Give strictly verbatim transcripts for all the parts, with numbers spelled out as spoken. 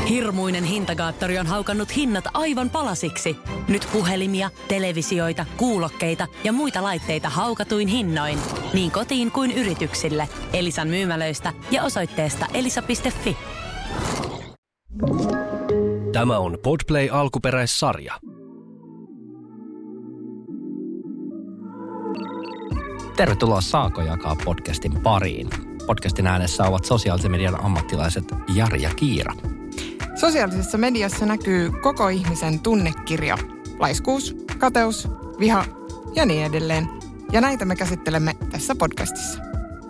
Hirmuinen hintakaattori on haukannut hinnat aivan palasiksi. Nyt puhelimia, televisioita, kuulokkeita ja muita laitteita haukatuin hinnoin. Niin kotiin kuin yrityksille. Elisan myymälöistä ja osoitteesta elisa piste fi. Tämä on Podplay alkuperäissarja. Tervetuloa Saako jakaa podcastin pariin. Podcastin äänessä ovat sosiaalisen median ammattilaiset Jari ja Kiira. Sosiaalisessa mediassa näkyy koko ihmisen tunnekirjo. Laiskuus, kateus, viha ja niin edelleen. Ja näitä me käsittelemme tässä podcastissa.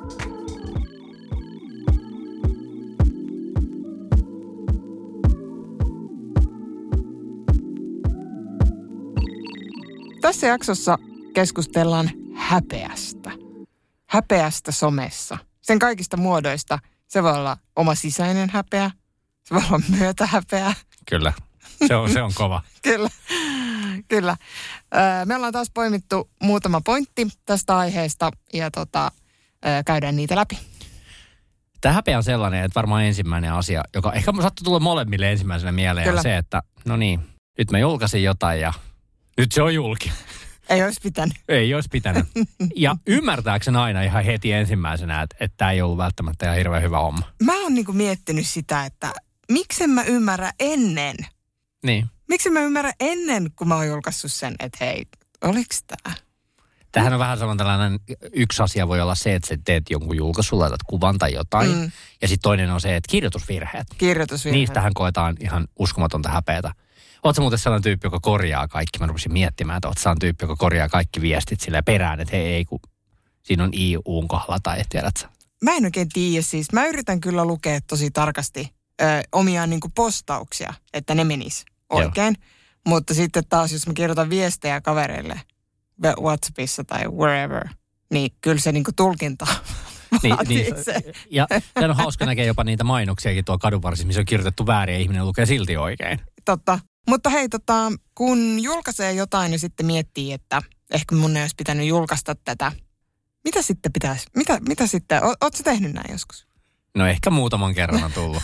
Tässä jaksossa keskustellaan häpeästä. Häpeästä somessa. Sen kaikista muodoista. Se voi olla oma sisäinen häpeä. Se voi olla myötähäpeä. Kyllä, se on, se on kova. Kyllä, kyllä. Me ollaan taas poimittu muutama pointti tästä aiheesta ja tota, käydään niitä läpi. Tämä häpeä on sellainen, että varmaan ensimmäinen asia, joka ehkä sattuu tulla molemmille ensimmäisenä mieleen, Kyllä. on se, että no niin, nyt mä julkaisin jotain ja nyt se on julki. Ei olisi pitänyt. Ei olisi pitänyt. Ja ymmärtääkseni aina ihan heti ensimmäisenä, että, että tämä ei ollut välttämättä ihan hirveän hyvä homma. Mä oon niinku miettinyt sitä, että miksen mä ymmärrä ennen? Niin. Miksi mä ymmärrän ennen, kun mä oon julkaissut sen, että hei, oliks tää? Tämähän on vähän saman tällainen, yksi asia voi olla se, että sä teet jonkun julkaisun, laitat kuvan tai jotain. Mm. Ja sitten toinen on se, että kirjoitusvirheet. Kirjoitusvirheet. Niistähän koetaan ihan uskomatonta häpeätä. Ootko muuten sellainen tyyppi, joka korjaa kaikki? Mä rupesin miettimään, että ootko sellainen tyyppi, joka korjaa kaikki viestit silleen perään, että hei, ei kun siinä on I U:n kohdalla tai tiedät sä. Mä en oikein tiedä siis. Mä yritän kyllä lukea tosi tarkasti ö, omia niin kuin postauksia, että ne menis oikein. Joo. Mutta sitten taas, jos mä kirjoitan viestejä kavereille WhatsAppissa tai wherever, niin kyllä se niin kuin tulkinta niin, niin, se. Ja on hauska näkee jopa niitä mainoksiakin tuolla kadunvarsissa, missä on kirjoitettu väärin ja ihminen lukee silti oikein. Totta. Mutta hei, tota, kun julkaisee jotain ja sitten miettii, että ehkä mun ei olisi pitänyt julkaista tätä. Mitä sitten pitäisi? Mitä, mitä sitten? O, ootko tehnyt näin joskus? No ehkä muutaman kerran on tullut.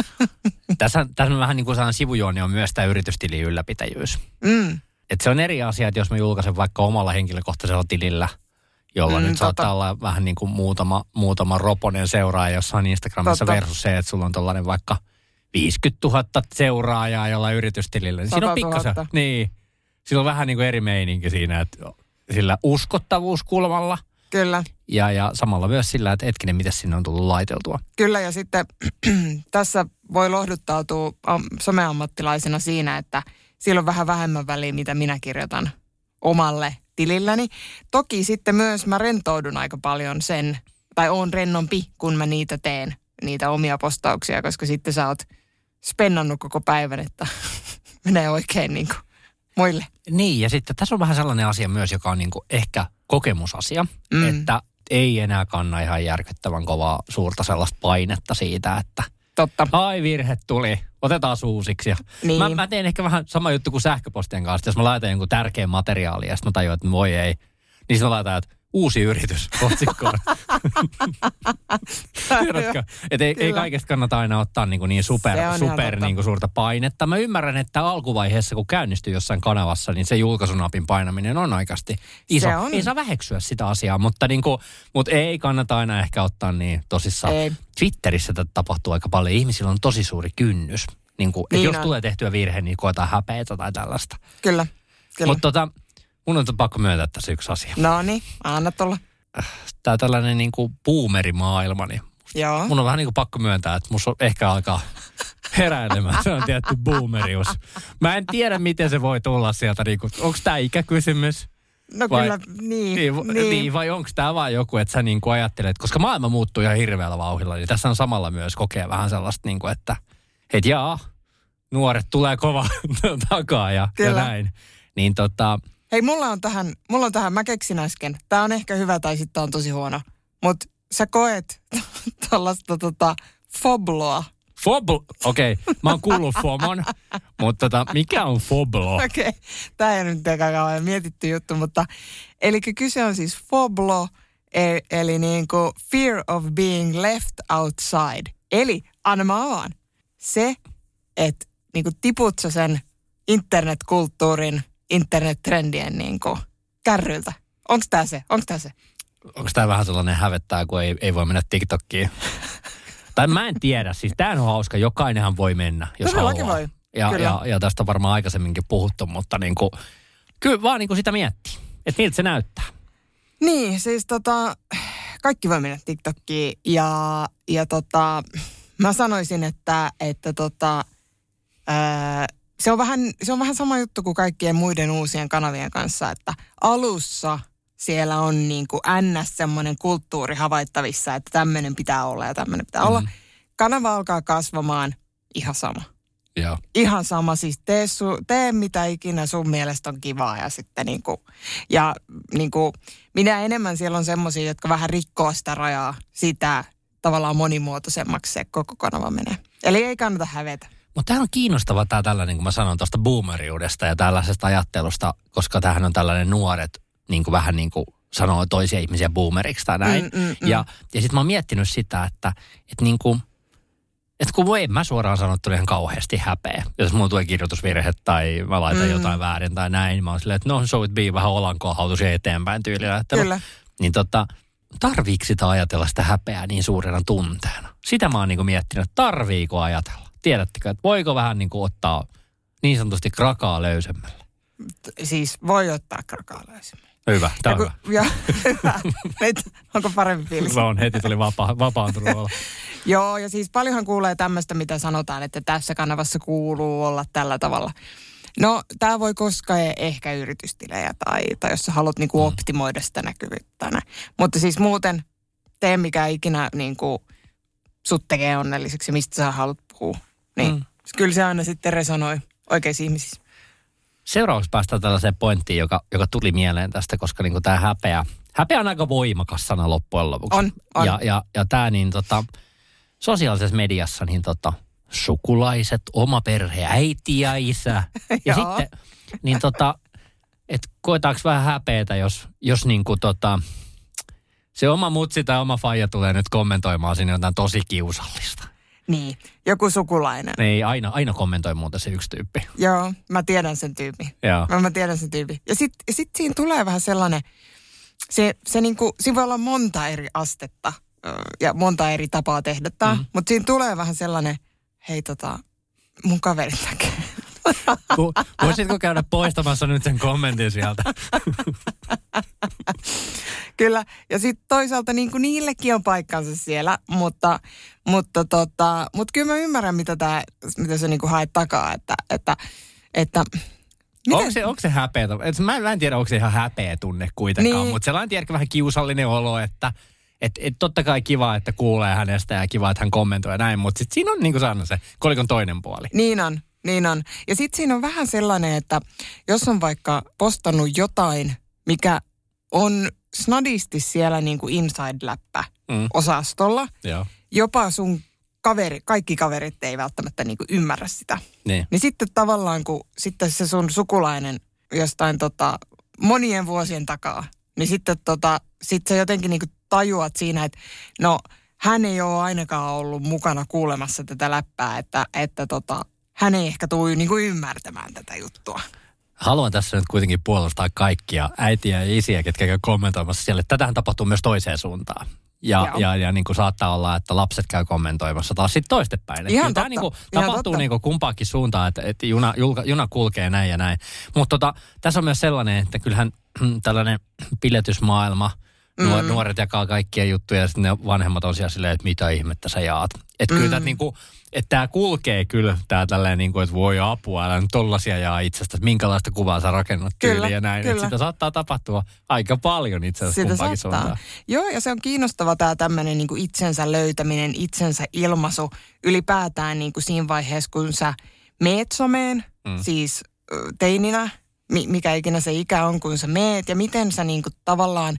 tässä, tässä on vähän niin kuin sellainen sivujuoni on myös tämä yritystilin ylläpitäjyys. Mm. Että se on eri asia, että jos mä julkaisen vaikka omalla henkilökohtaisella tilillä, jolla mm, nyt totta. saattaa olla vähän niin kuin muutama, muutama roponen seuraaja jossain Instagramissa totta. versus se, että sulla on tollainen vaikka viisikymmentätuhatta seuraajaa jollain yritystilillä. Niin siinä on pikkasen, niin, sillä on vähän niin kuin eri meininki siinä, että sillä uskottavuuskulmalla. Kyllä. Ja, ja samalla myös sillä, että hetkinen, miten sinne on tullut laiteltua. Kyllä, ja sitten tässä voi lohduttautua someammattilaisena siinä, että sillä on vähän vähemmän väliä, mitä minä kirjoitan omalle tililläni. Toki sitten myös mä rentoudun aika paljon sen, tai oon rennompi, kun mä niitä teen, niitä omia postauksia, koska sitten sä oot spennannut koko päivän, että menee oikein niin kuin muille. Niin, ja sitten tässä on vähän sellainen asia myös, joka on niin kuin ehkä kokemusasia, mm. että ei enää kanna ihan järkyttävän kovaa suurta sellaista painetta siitä, että Totta. ai virhe tuli, otetaan uusiksi. Niin. Mä, mä teen ehkä vähän sama juttu kuin sähköpostien kanssa, jos mä laitan jonkun tärkeän materiaalia ja sitten mä tajuan, että voi ei, niin sitten mä laitan, että uusi yritys otsikkoon. Tiedätkö? Että ei, ei kaikesta kannata aina ottaa niin, niin super, super niin suurta painetta. Mä ymmärrän, että alkuvaiheessa, kun käynnistyy jossain kanavassa, niin se julkaisunapin painaminen on oikeasti iso. On. Ei saa väheksyä sitä asiaa, mutta, niin kuin, mutta ei kannata aina ehkä ottaa niin tosissaan. Ei. Twitterissä tätä tapahtuu aika paljon. Ihmisillä on tosi suuri kynnys. Niin kuin, niin jos on. tulee tehtyä virhe, niin koetaan häpeätä tai tällaista. Kyllä, kyllä. Mutta tota, mun on pakko myöntää tässä yksi asia. No niin, anna tulla. Tää tällainen niin kuin boomerimaailma, niin Joo. mun on vähän niin kuin pakko myöntää, että musta ehkä alkaa heräilemään. Se on tietty boomerius. Mä en tiedä, miten se voi tulla sieltä. Niin kuin, onko tää ikäkysymys? No vai, kyllä, niin. Niin, niin. niin vai onko tää vaan joku, että sä niin kuin ajattelet, koska maailma muuttuu ihan hirveällä vauhdilla, niin tässä on samalla myös kokea vähän sellaista, niin kuin, että hei jaa, nuoret tulee kova takaa ja, ja näin. Niin tota... Hei, mulla on tähän, mulla on tähän, mä keksin äsken. Tää on ehkä hyvä tai sitten on tosi huono. Mut sä koet tällaista tota fobloa. Foblo? Okei, okay. Mä oon kuullut FOMon, mutta tota, mikä on foblo? Okei, okay. Tää ei nyt tekään kauan mietitty juttu, mutta eli kyse on siis foblo, eli, eli niin kuin fear of being left outside. Eli, anna mä avaan. Se, että niin kuin tiput sä sen internetkulttuurin, internettrendien niin kuin kärryltä? Onko tää se? Onko tää se? Onko tää vähän sellainen hävettää, kun ei, ei voi mennä TikTokkiin? Tai mä en tiedä. Siis tää on hauska. Jokainenhan voi mennä, jos Todellakin haluaa. voi. Ja, ja, ja tästä on varmaan aikaisemminkin puhuttu, mutta niin kuin, kyllä vaan niin kuin sitä miettii. Että miltä se näyttää. Niin, siis tota, kaikki voi mennä TikTokkiin ja, ja tota, mä sanoisin, että, että tota, ää, se, on vähän, se on vähän sama juttu kuin kaikkien muiden uusien kanavien kanssa, että alussa siellä on niin kuin ns. Semmoinen kulttuuri havaittavissa, että tämmöinen pitää olla ja tämmöinen pitää mm. olla. Kanava alkaa kasvamaan, ihan sama. Joo. Ihan sama, siis tee, su, tee mitä ikinä sun mielestä on kivaa ja sitten niinku, ja niinku, minä enemmän siellä on semmoisia, jotka vähän rikkoo sitä rajaa, sitä tavallaan monimuotoisemmaksi se koko kanava menee. Eli ei kannata hävetä. Mutta tämä on kiinnostava tämä tällainen, kun mä sanon tuosta boomeriudesta ja tällaisesta ajattelusta, koska tämähän on tällainen nuoret, niin kuin vähän niin kuin sanoo toisia ihmisiä boomeriksi tai näin. Mm, mm, mm. Ja, ja sitten mä oon miettinyt sitä, että, että niin kuin, että kun voi, mä suoraan sanottuna ihan kauheasti häpeä. Jos mulla tulee kirjoitusvirhe tai mä laitan mm. jotain väärin tai näin, mä oon silleen, että no so it be, vähän olankoa hautuisia eteenpäin tyylillä. Kyllä. Niin tota, tarviiko sitä ajatella sitä häpeää niin suurena tunteena? Sitä mä oon niinku miettinyt, että tarviiko ajatella? Tiedättekö, että voiko vähän niinku ottaa niin sanotusti krakaa löysemmälle? Siis voi ottaa krakaa löysemmälle. Hyvä, tämä on kun, hyvä. Ja, hyvä. Nyt, onko parempi fiilis? Se on, heti tuli vapaa, vapaantunut olla. Joo, ja siis paljonhan kuulee tämmöistä, mitä sanotaan, että tässä kanavassa kuuluu olla tällä tavalla. No, tämä voi koskea ehkä yritystilejä tai, tai jos sä haluat niinku mm. optimoida sitä näkyvyyttä. Mutta siis muuten tee mikä ikinä niinku, sut tekee onnelliseksi, mistä sä haluat puhua. Niin mm. kyllä se aina sitten resonoi oikeissa ihmisissä. Seuraavaksi päästään tällaiseen pointtiin, joka, joka tuli mieleen tästä, koska niinku tämä häpeä, häpeä on aika voimakas sana loppujen lopuksi. On, on. Ja, ja, ja tämä niin tota, sosiaalisessa mediassa niin tota, sukulaiset, oma perhe, äiti ja isä. Ja sitten, niin tota, että koetaanko vähän häpeätä, jos, jos niinku tota, se oma mutsi tai oma faija tulee nyt kommentoimaan sinne jotain tosi kiusallista. Niin, joku sukulainen. Niin, aina, aina kommentoi muuta se yksi tyyppi. Joo, mä tiedän sen tyypin. Joo. Mä, mä tiedän sen tyypin. Ja sitten sit siinä tulee vähän sellainen, se, se niinku, siinä voi olla monta eri astetta ja monta eri tapaa tehdä tämä, mm. mutta siinä tulee vähän sellainen, hei tota, mun kaverit näkee. Voisitko käydä poistamassa nyt sen kommentin sieltä? Kyllä, ja sitten toisaalta niin kuin niillekin on paikkansa siellä, mutta, mutta, tota, mutta kyllä mä ymmärrän, mitä, tää, mitä sä niin kuin haet takaa, että, että, että onko se, onko se häpeä? Mä, mä en tiedä, onko se ihan häpeä tunne kuitenkaan, niin. Mutta sellainen tiedä vähän kiusallinen olo, että et, et totta kai kiva, että kuulee hänestä ja kiva, että hän kommentoi ja näin, mutta sitten siinä on niin kuin sanoi se kolikon toinen puoli. Niin on. Niin on. Ja sitten siinä on vähän sellainen, että jos on vaikka postannut jotain, mikä on snadisti siellä niin kuin inside-läppä-osastolla, mm. jopa sun kaveri, kaikki kaverit ei välttämättä niin kuin ymmärrä sitä. Niin. niin sitten tavallaan, kun sitten se sun sukulainen jostain tota, monien vuosien takaa, niin sitten tota, sit sä jotenkin niin kuin tajuat siinä, että no hän ei ole ainakaan ollut mukana kuulemassa tätä läppää, että, että tota, hän ei ehkä tule niin kuin ymmärtämään tätä juttua. Haluan tässä nyt kuitenkin puolustaa kaikkia äitiä ja isiä, ketkä käy kommentoimassa siellä. Tätähän tapahtuu myös toiseen suuntaan. Ja, ja, ja niin kuin saattaa olla, että lapset käy kommentoimassa taas sitten toistepäin. Ihan tämä niin kuin tapahtuu niin kuin kumpaakin suuntaan, että, että juna, julka, juna kulkee näin ja näin. Mutta tota, tässä on myös sellainen, että kyllähän tällainen piletysmaailma, nuor, mm. nuoret jakaa kaikkia juttuja ja sitten ne vanhemmat on siellä silleen, että mitä ihmettä sä jaat. Että mm. kyllä tämä niin kuin, että tämä kulkee kyllä, tämä tälleen niin kuin, että voi apua, älä nyt tollasia jaa itsestä, minkälaista kuvaa sä rakennat tyyliin ja näin. Että sitä saattaa tapahtua aika paljon itse asiassa kumpaakin suuntaan. Joo, ja se on kiinnostava tämä tämmöinen niin kuin itsensä löytäminen, itsensä ilmaisu ylipäätään niin kuin siinä vaiheessa, kun sä meet someen, mm. siis teininä, mikä ikinä se ikä on, kun sä meet ja miten sä niin kuin tavallaan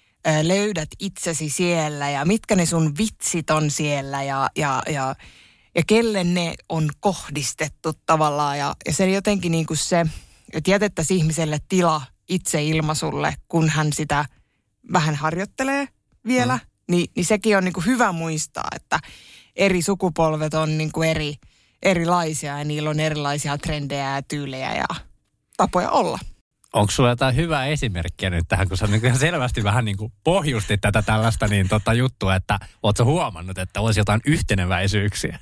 löydät itsesi siellä ja mitkä ne sun vitsit on siellä ja, ja, ja, ja kelle ne on kohdistettu tavallaan. Ja, ja se jotenkin niin kuin se, että jätettäisiin ihmiselle tila itseilmaisulle, kun hän sitä vähän harjoittelee vielä, mm. niin, niin sekin on niin kuin hyvä muistaa, että eri sukupolvet on niin kuin eri, erilaisia ja niillä on erilaisia trendejä ja tyylejä ja tapoja olla. Onko sulla jotain hyvää esimerkkiä nyt tähän, kun sä niin selvästi vähän niin kuin pohjustit tätä tällaista niin tota juttua, että oot sä huomannut, että olisi jotain yhteneväisyyksiä?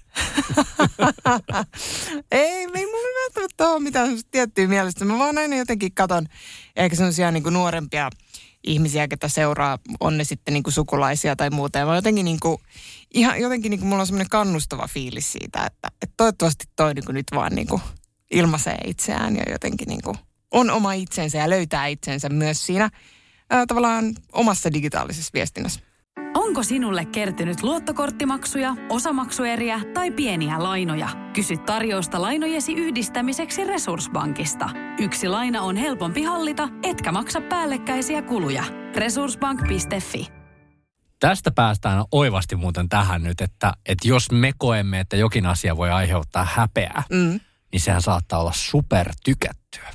ei, ei mulla välttämättä ole mitään tiettyä mielestä. Mä vaan aina jotenkin katon ehkä sellaisia niin kuin nuorempia ihmisiä, ketä seuraa, on ne sitten niin kuin sukulaisia tai muuta. Ja mä jotenkin, niin kuin, ihan, jotenkin niin kuin mulla on semmoinen kannustava fiilis siitä, että, että toivottavasti toi niin kuin nyt vaan niin kuin ilmaisee itseään ja jotenkin niin kuin on oma itsensä ja löytää itsensä myös siinä ää, tavallaan omassa digitaalisessa viestinnässä. Onko sinulle kertynyt luottokorttimaksuja, osamaksueriä tai pieniä lainoja? Kysy tarjousta lainojesi yhdistämiseksi Resurssbankista. Yksi laina on helpompi hallita, etkä maksa päällekkäisiä kuluja. Resurssbank piste fi. Tästä päästään oivasti muuten tähän nyt, että, että jos me koemme, että jokin asia voi aiheuttaa häpeää, mm. niin sehän saattaa olla supertykättyä.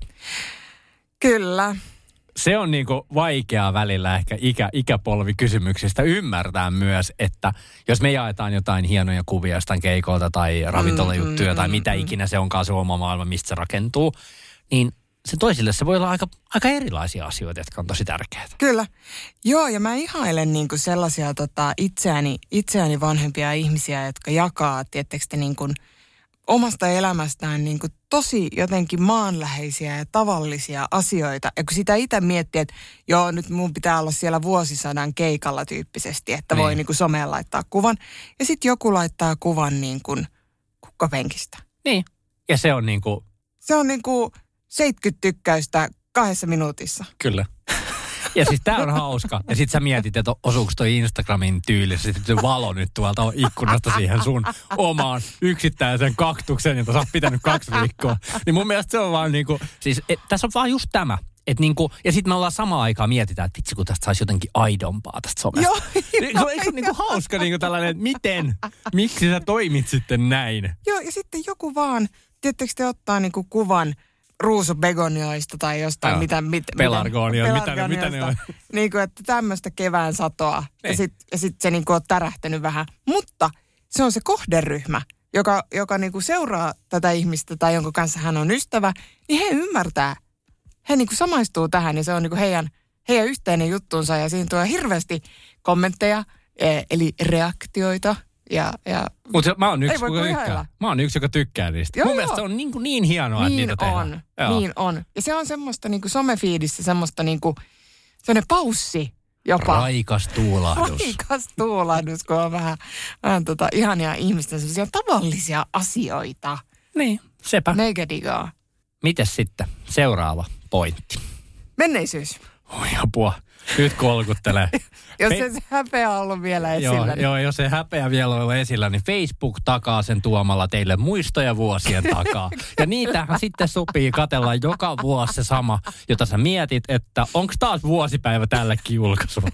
Kyllä. Se on niinku vaikeaa välillä ehkä ikä, ikäpolvikysymyksistä ymmärtää myös, että jos me jaetaan jotain hienoja kuvia jostain keikolta tai ravintolajuttuja mm, tai mitä mm, ikinä se onkaan se oma maailma, mistä se rakentuu, niin se toisille se voi olla aika, aika erilaisia asioita, jotka on tosi tärkeitä. Kyllä. Joo, ja mä ihailen niinku sellaisia tota, itseäni, itseäni vanhempia ihmisiä, jotka jakaa, tiettekö te niin kuin omasta elämästään niin kuin tosi jotenkin maanläheisiä ja tavallisia asioita. Ja kun sitä itse miettii, että joo, nyt mun pitää olla siellä vuosisadan keikalla tyyppisesti, että niin voi niin kuin someen laittaa kuvan. Ja sitten joku laittaa kuvan niin kuin kukkapenkistä. Niin, ja se on niin kuin Se on niin kuin seitsemänkymmentä tykkäystä kahdessa minuutissa. Kyllä. Ja siis tää on hauska. Ja sit sä mietit, että osuuko toi Instagramin tyyli, sitten valo nyt tuolta ikkunasta siihen sun omaan yksittäisen kaktuksen, jota sä oot pitänyt kaksi viikkoa. Niin mun mielestä se on vaan niinku, siis et, tässä on vaan just tämä. Et niinku, ja sitten me ollaan samaan aikaan mietitään, että vitsi kun tästä saisi jotenkin aidompaa tästä somesta. Joo, niin, se on, eikö se niinku hauska niinku tällainen, että miten, miksi sä toimit sitten näin? Joo, ja sitten joku vaan, tiedättekö te ottaa niinku kuvan ruusubegonioista tai jostain, Joo. mitä... mit, Pelargonia, mitä ne, mitä ne on? Niin kuin, että tämmöistä kevään satoa. Niin. Ja sitten ja sit se niin kuin on tärähtänyt vähän. Mutta se on se kohderyhmä, joka, joka niin kuin seuraa tätä ihmistä tai jonka kanssa hän on ystävä, niin he ymmärtää. He niin kuin samaistuu tähän ja se on niin kuin heidän, heidän yhteinen juttuunsa ja siinä tulee hirveästi kommentteja, eli reaktioita. Ja, ja Mutta mä oon yksi, joka tykkää. Mä oon yksi, joka tykkää niistä. Joo, Mun joo. mielestä se on niin, niin hienoa, niin että niitä on, tehdään. niin on. Ja se on semmoista niin kuin somefiidissä semmoista niin kuin, semmoinen paussi jopa. Raikas tuulahdus. Raikas tuulahdus, kun on vähän, vähän tota, ihania ihmisten semmoisia tavallisia asioita. Niin, sepä. Meikä digaa. Mites sitten? Seuraava pointti. Menneisyys. Oi apua. Nyt kolkuttelee. Jos Fe- se häpeä on ollut vielä esillä. Joo, niin. joo, jos se häpeä vielä on ollut esillä, niin Facebook takaa sen tuomalla teille muistoja vuosien takaa. Ja niitähän sitten sopii katsella joka vuosi se sama, jota sä mietit, että onko taas vuosipäivä tällekin julkaisulla.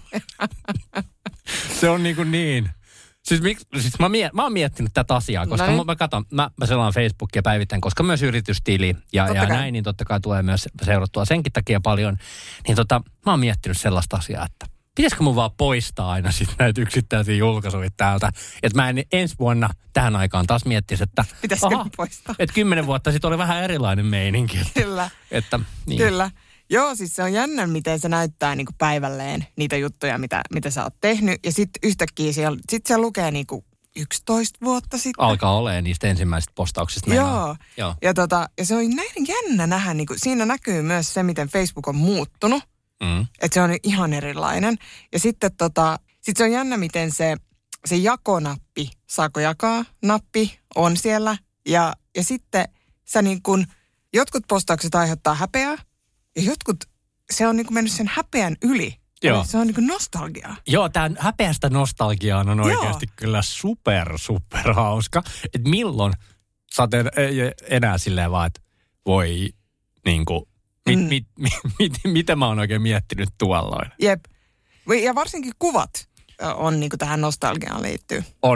Se on niin kuin niin. Siis, mik, siis mä, miet, mä oon miettinyt tätä asiaa, koska mä, mä katson, mä, mä selaan Facebookia päivittäin, koska myös yritystili ja, ja näin, niin totta kai tulee myös seurattua senkin takia paljon. Niin tota, mä oon miettinyt sellaista asiaa, että pitäisikö mun vaan poistaa aina sitten näitä yksittäisiä julkaisuja täältä. Että mä en ensi vuonna tähän aikaan taas miettisi, että pitäisikö poistaa? Että kymmenen vuotta sitten oli vähän erilainen meininki. Kyllä. Että, niin. Kyllä. Joo, siis se on jännä, miten se näyttää niin kuin päivälleen niitä juttuja, mitä, mitä sä oot tehnyt. Ja sitten yhtäkkiä siellä, sit se lukee niin kuin yksitoista vuotta sitten. Alkaa olemaan niistä ensimmäisistä postauksista. Joo. Joo. Ja, tota, ja se on näin jännä nähdä, niin kuin, siinä näkyy myös se, miten Facebook on muuttunut. Mm. Että se on ihan erilainen. Ja sitten tota, sit se on jännä, miten se, se jakonappi, saako jakaa, nappi on siellä. Ja, ja sitten sä niin kuin, jotkut postaukset aiheuttaa häpeää. Ja jotkut, se on niin kuin mennyt sen häpeän yli. Joo. Se on niin kuin nostalgiaa. Joo, tämä häpeästä nostalgiaan on oikeasti Joo. kyllä super, super hauska. Että milloin sä oot enää silleen vaan, että voi niin kuin, mit, mm. mit, mit, mit, mitä mä oon oikein miettinyt tuolloin. Jep. Ja varsinkin kuvat on niin kuin tähän nostalgiaan liittyy. On.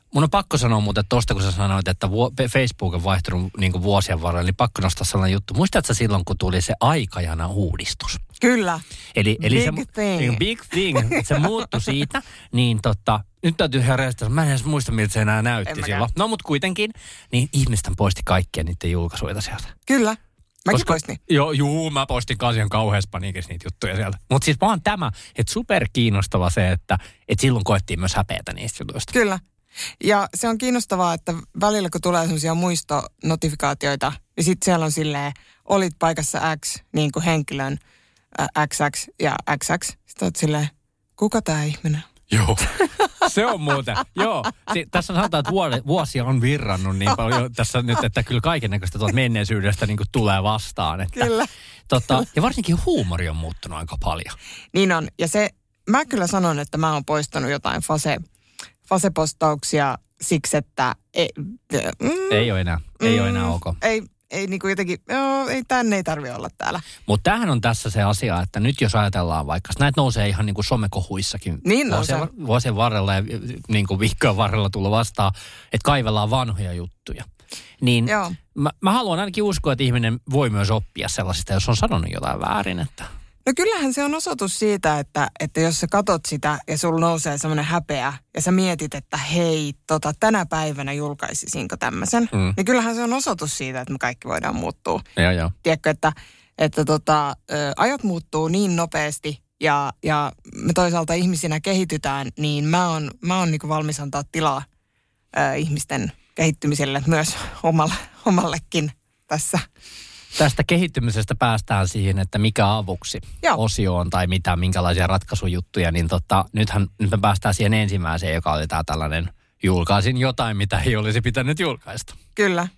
Mun on pakko sanoa muuten tuosta, kun sä sanoit, että Facebook on vaihtunut niin kuin vuosien varrella, niin pakko nostaa sellainen juttu. Muistatko silloin, kun tuli se aikajana uudistus? Kyllä. Eli, eli big se, thing. Big thing. Se muuttui siitä, niin tota, nyt täytyy herästä, mä en edes muista, miltä se enää näytti silloin. No, mutta kuitenkin, niin ihmisten poisti kaikkia niiden julkaisuja sieltä. Kyllä. Mäkin Koska, poistin. Joo, juu, mä poistin kanssa ihan kauheassa paniikissa niitä juttuja sieltä. Mutta siis vaan tämä, että super kiinnostava se, että, että silloin koettiin myös häpeätä niistä jutuista. Kyllä. Ja se on kiinnostavaa, että välillä kun tulee sellaisia muistonotifikaatioita, niin sitten siellä on silleen, olit paikassa X, niin kuin henkilön ä, X X ja X X. Sitten olet silleen, kuka tämä ihminen? Joo, se on muuten. Joo, si- tässä sanotaan, että vuosi, vuosia on virrannut niin paljon tässä nyt, että kyllä kaikennäköistä tuolta menneisyydestä niin kuin tulee vastaan. Että, Kyllä. Tota, ja varsinkin huumori on muuttunut aika paljon. Niin on. Ja se, mä kyllä sanon, että mä oon poistanut jotain fase, fasepostauksia siksi, että ei, mm, Ei ole enää, ei mm, ole enää ok. Ei, ei niin kuin jotenkin, joo, ei, tänne ei tarvitse olla täällä. Mutta tämähän on tässä se asia, että nyt jos ajatellaan vaikka, näitä nousee ihan niin kuin somekohuissakin Niin vuosien, nousee. vuosien varrella ja niin kuin viikkojen varrella tullut vastaan, että kaivellaan vanhoja juttuja. Niin Joo. mä, mä haluan ainakin uskoa, että ihminen voi myös oppia sellaisista, jos on sanonut jotain väärin. Että... No kyllähän se on osoitus siitä, että, että jos sä katot sitä ja sulla nousee semmoinen häpeä ja sä mietit, että hei, tota, tänä päivänä julkaisisinko tämmöisen, mm. niin kyllähän se on osoitus siitä, että me kaikki voidaan muuttua. Joo, joo. Tiedätkö, että, että tota, ä, ajat muuttuu niin nopeasti ja, ja me toisaalta ihmisinä kehitytään, niin mä oon, mä oon niinku valmis antaa tilaa ä, ihmisten kehittymiselle myös omalle, omallekin tässä. Tästä kehittymisestä päästään siihen, että mikä avuksi Joo. osio on tai mitä, minkälaisia ratkaisujuttuja, niin tota, nythän nyt me päästään siihen ensimmäiseen, joka oli tämä tällainen julkaisin jotain, mitä ei olisi pitänyt julkaista. Kyllä.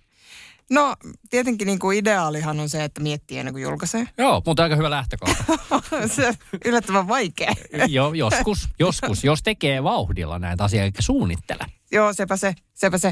No tietenkin niin kuin ideaalihan on se, että miettii ennen kuin julkaisee. Joo, mutta aika hyvä lähtökohta. Se on yllättävän vaikea. Joo, joskus, joskus, jos tekee vauhdilla näitä asioita eikä suunnittele. Joo, sepä se, sepä se.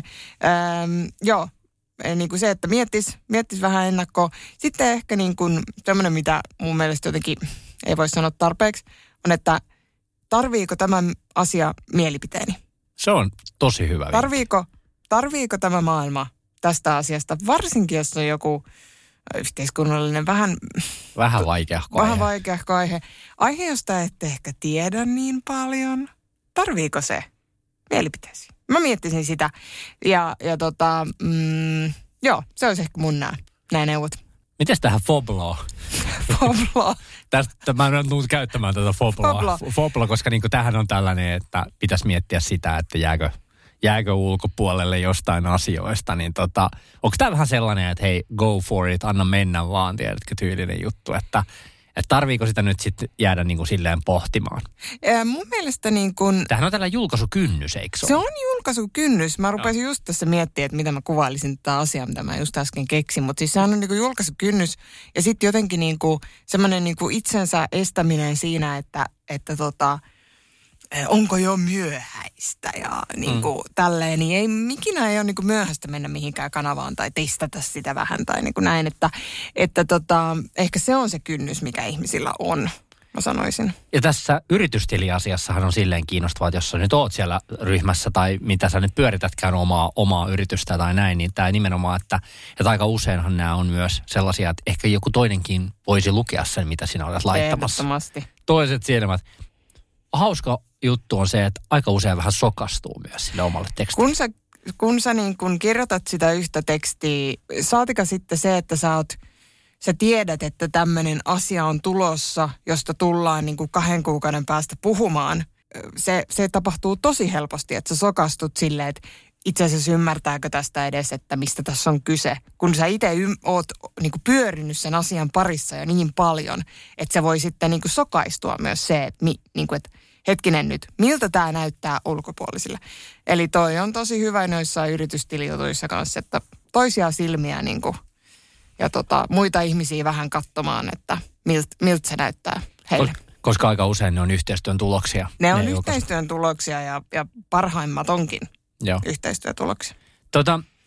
Öm, joo, niin kuin se, että miettis, miettis vähän ennakkoon. Sitten ehkä niin kuin tämmöinen, mitä mun mielestä jotenkin ei voi sanoa tarpeeksi, on, että tarviiko tämä asia mielipiteeni? Se on tosi hyvä. Tarviiko, tarviiko tämä maailma tästä asiasta, varsinkin jos on joku yhteiskunnallinen vähän... Vähän vaikeahko aihe. Vähän vaikeahko aihe. Aihe, josta ette ehkä tiedä niin paljon. Tarviiko se mielipiteesi? Mä miettisin sitä. Ja, ja tota, mm, joo, se olisi ehkä mun nää, nää neuvot. Mites tähän fobloa? Fobloa. Tästä mä en tullut käyttämään tätä fobloa. Fobla. Fobla, koska niinku tämähän on tällainen, että pitäisi miettiä sitä, että jääkö, jääkö ulkopuolelle jostain asioista. Niin tota, onko tämä vähän sellainen, että hei, go for it, anna mennä vaan, tiedätkö, tyylinen juttu, että että tarviiko sitä nyt sitten jäädä niin kuin silleen pohtimaan? Ja mun mielestä niin kun... Tämähän on tällä julkaisukynnys, eikö se Se ole? on julkaisukynnys. Mä rupesin just tässä miettimään, että mitä mä kuvailisin tätä asiaa, mitä mä just äsken keksin. Mutta siis sehän on niin kuin julkaisukynnys ja sitten jotenkin niin kuin semmoinen niin kuin itsensä estäminen siinä, että, että tota, onko jo myöhäistä ja niin kuin mm. tälleen. Niin ei, mikinä ei ole niin kuin myöhäistä mennä mihinkään kanavaan tai testata sitä vähän tai niin kuin näin. Että, että tota, ehkä se on se kynnys, mikä ihmisillä on. Mä sanoisin. Ja tässä yritystiliasiassahan on silleen kiinnostavaa, että jos sä nyt oot siellä ryhmässä tai mitä sä nyt pyöritätkään omaa, omaa yritystä tai näin, niin tämä nimenomaan, että, että aika useinhan nämä on myös sellaisia, että ehkä joku toinenkin voisi lukea sen, mitä sinä olet laittamassa. Ehdottomasti. Toiset silmät. Hauska juttu on se, että aika usein vähän sokastuu myös sille omalle tekstille. Kun sä, kun sä niin kun kirjoitat sitä yhtä tekstiä, saatika sitten se, että sä oot sä tiedät, että tämmöinen asia on tulossa, josta tullaan niin kuin kahden kuukauden päästä puhumaan. Se, se tapahtuu tosi helposti, että sä sokastut silleen, että itse asiassa ymmärtääkö tästä edes, että mistä tässä on kyse. Kun sä itse ym, oot niin kuin pyörinyt sen asian parissa jo niin paljon, että se voi sitten niin kuin sokaistua myös se, että, mi, niin kuin, että hetkinen nyt, miltä tämä näyttää ulkopuolisille. Eli toi on tosi hyvä noissa yritystilijutuissa kanssa, että toisia silmiä niin kuin ja tota, muita ihmisiä vähän katsomaan, että miltä milt se näyttää heille. Koska aika usein ne on yhteistyön tuloksia. Ne on ne yhteistyön tuloksia ja, ja parhaimmat onkin Joo. yhteistyötuloksia. Tota,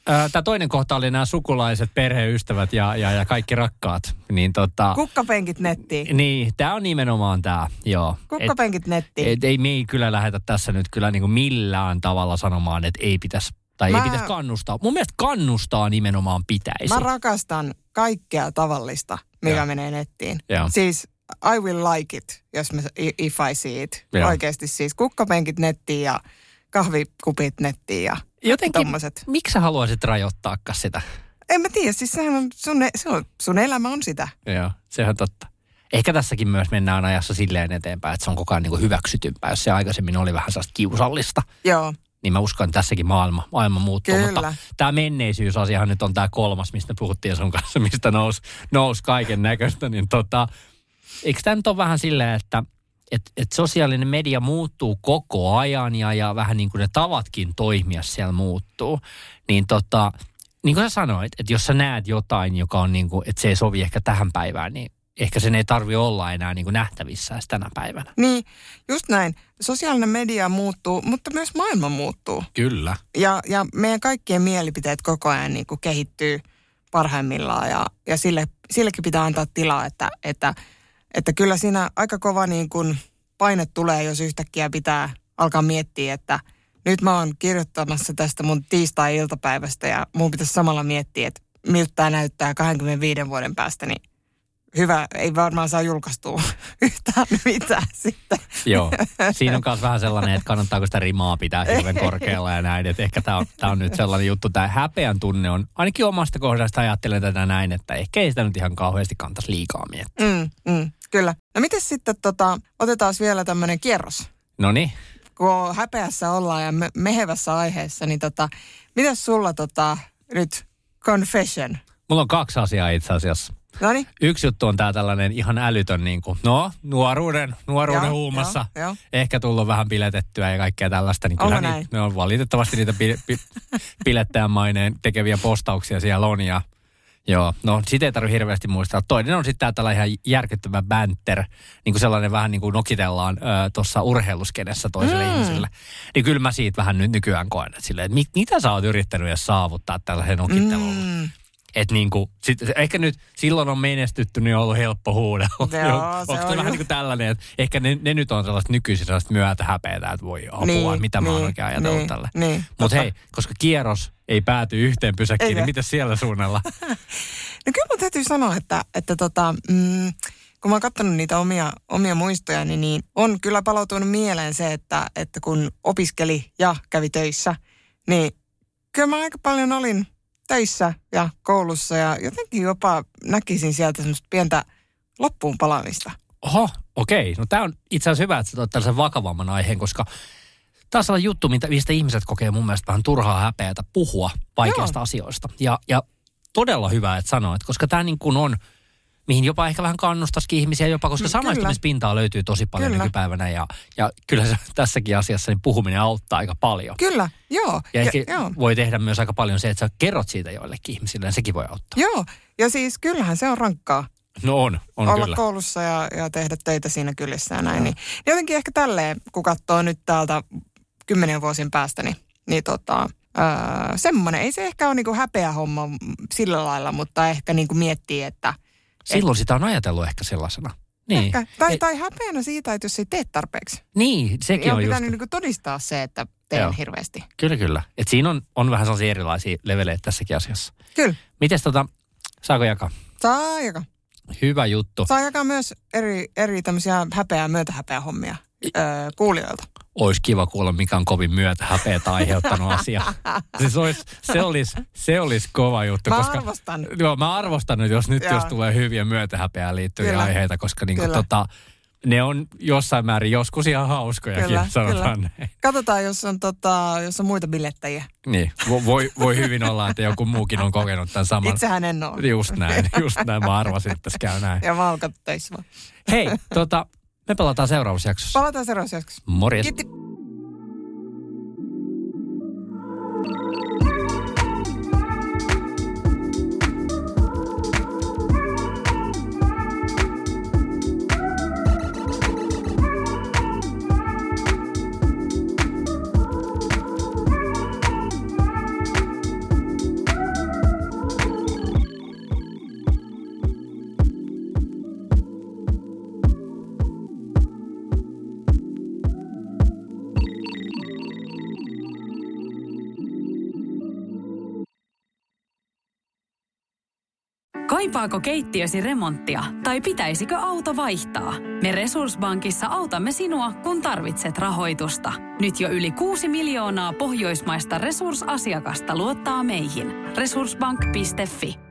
Tämä toinen kohta oli nämä sukulaiset, perheystävät ja, ja, ja kaikki rakkaat. Niin tota, Kukkapenkit nettiin. Niin, tämä on nimenomaan tämä, joo. Kukkapenkit nettiin. Et, ei me ei kyllä lähetä tässä nyt kyllä niin kuin millään tavalla sanomaan, että ei pitäisi, tai Mä... ei pitäisi kannustaa. Mun mielestä kannustaa nimenomaan pitäisi. Mä rakastan kaikkea tavallista, mikä joo. menee nettiin. Joo. Siis I will like it, jos mä, if I see it. Joo. Oikeasti siis kukkapenkit nettiin ja kahvikupit nettiin ja jotenkin, tommoset. Miksi sä haluaisit rajoittaakaan sitä? En mä tiedä, siis sehän on sun, se on, sun elämä on sitä. Joo, sehän totta. Ehkä tässäkin myös mennään ajassa silleen eteenpäin, että se on koko ajan niin kuin hyväksytympää. Jos se aikaisemmin oli vähän sellaista kiusallista, joo. niin mä uskon, että tässäkin maailma, maailma muuttuu. Kyllä. Mutta tämä menneisyysasiahan nyt on tämä kolmas, mistä puhuttiin sun kanssa, mistä nousi nous kaiken näköistä. Niin tota, eikö tämä nyt ole vähän silleen, että et, et sosiaalinen media muuttuu koko ajan ja, ja vähän niin kuin ne tavatkin toimia siellä muuttuu. Niin tota, niin kuin sä sanoit, että jos sä näet jotain, joka on niin kuin, että se ei sovi ehkä tähän päivään, niin ehkä sen ei tarvitse olla enää niin kuin nähtävissä tänä päivänä. Niin, just näin. Sosiaalinen media muuttuu, mutta myös maailma muuttuu. Kyllä. Ja, ja meidän kaikkien mielipiteet koko ajan niin kuin kehittyy parhaimmillaan ja, ja sille, sillekin pitää antaa tilaa, että, että, että kyllä siinä aika kova niin kuin paine tulee, jos yhtäkkiä pitää alkaa miettiä, että nyt mä oon kirjoittamassa tästä mun tiistai-iltapäivästä ja mun pitäisi samalla miettiä, että miltä tämä näyttää kaksikymmentäviisi vuoden päästä, niin hyvä, ei varmaan saa julkaistua yhtään mitään sitten. Joo, siinä on myös vähän sellainen, että kannattaako sitä rimaa pitää hirveän korkealla ja näin. Että ehkä tämä on, tämä on nyt sellainen juttu, tämä häpeän tunne on, ainakin omasta kohdasta ajattelen tätä näin, että ehkä ei sitä nyt ihan kauheasti kantaisi liikaa miettiä. Mm, mm, kyllä. No miten sitten, tota, otetaan vielä tämmöinen kierros. Noniin. Kun häpeässä ollaan ja me- mehevässä aiheessa, niin tota, mitäs sulla tota, nyt confession? Mulla on kaksi asiaa itse asiassa. Noniin. Yksi juttu on tää tällainen ihan älytön, niin kuin, no nuoruuden, nuoruuden joo, huumassa. Jo, jo. Ehkä tullut vähän piletettyä ja kaikkea tällaista. Niin kyllä niin, ne on valitettavasti niitä pi, pi, pilettäjän maineen tekeviä postauksia siellä on. Ja, joo, no sitä ei tarvitse hirveästi muistaa. Toinen on sitten tää tällainen ihan järkyttävä banter, niin kuin sellainen vähän niin kuin nokitellaan tuossa urheiluskenessä toiselle mm. ihmiselle. Niin kyllä mä siitä vähän nyt nykyään koen, että, silleen, että mit, mitä sä oot yrittänyt edes saavuttaa tällaisen nokittelulla. Mm. Että niinku, sit, ehkä nyt silloin on menestytty, niin on ollut helppo huudella. Joo, Onko se se on vähän ju- niin kuin tällainen, että ehkä ne, ne nyt on sellaista nykyisin sellaista myötä häpeätä, että voi apua, niin, mitä niin, mä oon oikein ajatellut niin, tälle. Niin, Mutta hei, koska kierros ei pääty yhteen pysäkkiin, Eikä. niin mitä siellä suunnalla? No kyllä mun täytyy sanoa, että, että tota, mm, kun mä oon katsonut niitä omia, omia muistoja, niin, niin on kyllä palautunut mieleen se, että, että kun opiskeli ja kävi töissä, niin kyllä mä aika paljon olin töissä ja koulussa ja jotenkin jopa näkisin sieltä semmoista pientä loppuun palaamista. Oho, okei. No tää on itse asiassa hyvä, että sä toit tällaisen vakavamman aiheen, koska taas sellainen juttu, mistä ihmiset kokee mun mielestä vähän turhaa häpeätä puhua vaikeista Joo. asioista. Ja, ja todella hyvä, että sanoit, koska tämä niin kuin on, mihin jopa ehkä vähän kannustaisikin ihmisiä jopa, koska mm, samaistumispintaa löytyy tosi paljon kyllä. nykypäivänä. Ja, ja kyllä se, tässäkin asiassa niin puhuminen auttaa aika paljon. Kyllä, joo. Ja ehkä ja, joo. voi tehdä myös aika paljon se, että sä kerrot siitä joillekin ihmisille, ja sekin voi auttaa. Joo, ja siis kyllähän se on rankkaa. No on, on olla kyllä. koulussa ja, ja tehdä töitä siinä kylissä ja näin. Niin, jotenkin ehkä tälleen, kun katsoo nyt täältä kymmenen vuosien päästä, niin, niin tota, öö, semmoinen. Ei se ehkä ole niinku häpeä homma sillä lailla, mutta ehkä niinku miettii, että... Silloin et, sitä on ajatellut ehkä sellaisena. Niin. Ehkä. Tai, tai häpeänä siitä, että jos ei tee tarpeeksi. Niin, sekin niin on, on just. pitänyt niinku todistaa se, että teen Joo. hirveästi. Kyllä, kyllä. Et siinä on, on vähän sellaisia erilaisia leveleitä tässäkin asiassa. Kyllä. Mites tota, saako jakaa? Saa jakaa. Hyvä juttu. Saa jakaa myös eri, eri tämmöisiä häpeää, myötähäpeää hommia öö, kuulijoilta. Olisi kiva kuulla, mikä on kovin myötähäpeätä aiheuttanut asia. Siis olisi, se, olisi, se olisi kova juttu. Mä koska, arvostan. Joo, mä arvostan nyt, jos nyt Joo. jos tulee hyviä myötähäpeään liittyviä Kyllä. aiheita, koska niinku tota, ne on jossain määrin joskus ihan hauskojakin, kyllä, sanotaan kyllä. näin. Katsotaan, jos on, tota, jos on muita bilettäjiä. Niin, voi, voi hyvin olla, että joku muukin on kokenut tämän saman. Itsehän en ole. Just näin, just näin. Mä arvasin, että tässä käy näin. Ja mä oon katsoa töissä vaan. Hei, tota, me palataan seuraavassa jaksossa. Palataan seuraavassa jaksossa. Morjes. Kiitti. Kaipaako keittiösi remonttia tai pitäisikö auto vaihtaa? Me Resurssbankissa autamme sinua, kun tarvitset rahoitusta. Nyt jo yli kuusi miljoonaa pohjoismaista resursasiakasta luottaa meihin. resurssbank piste fi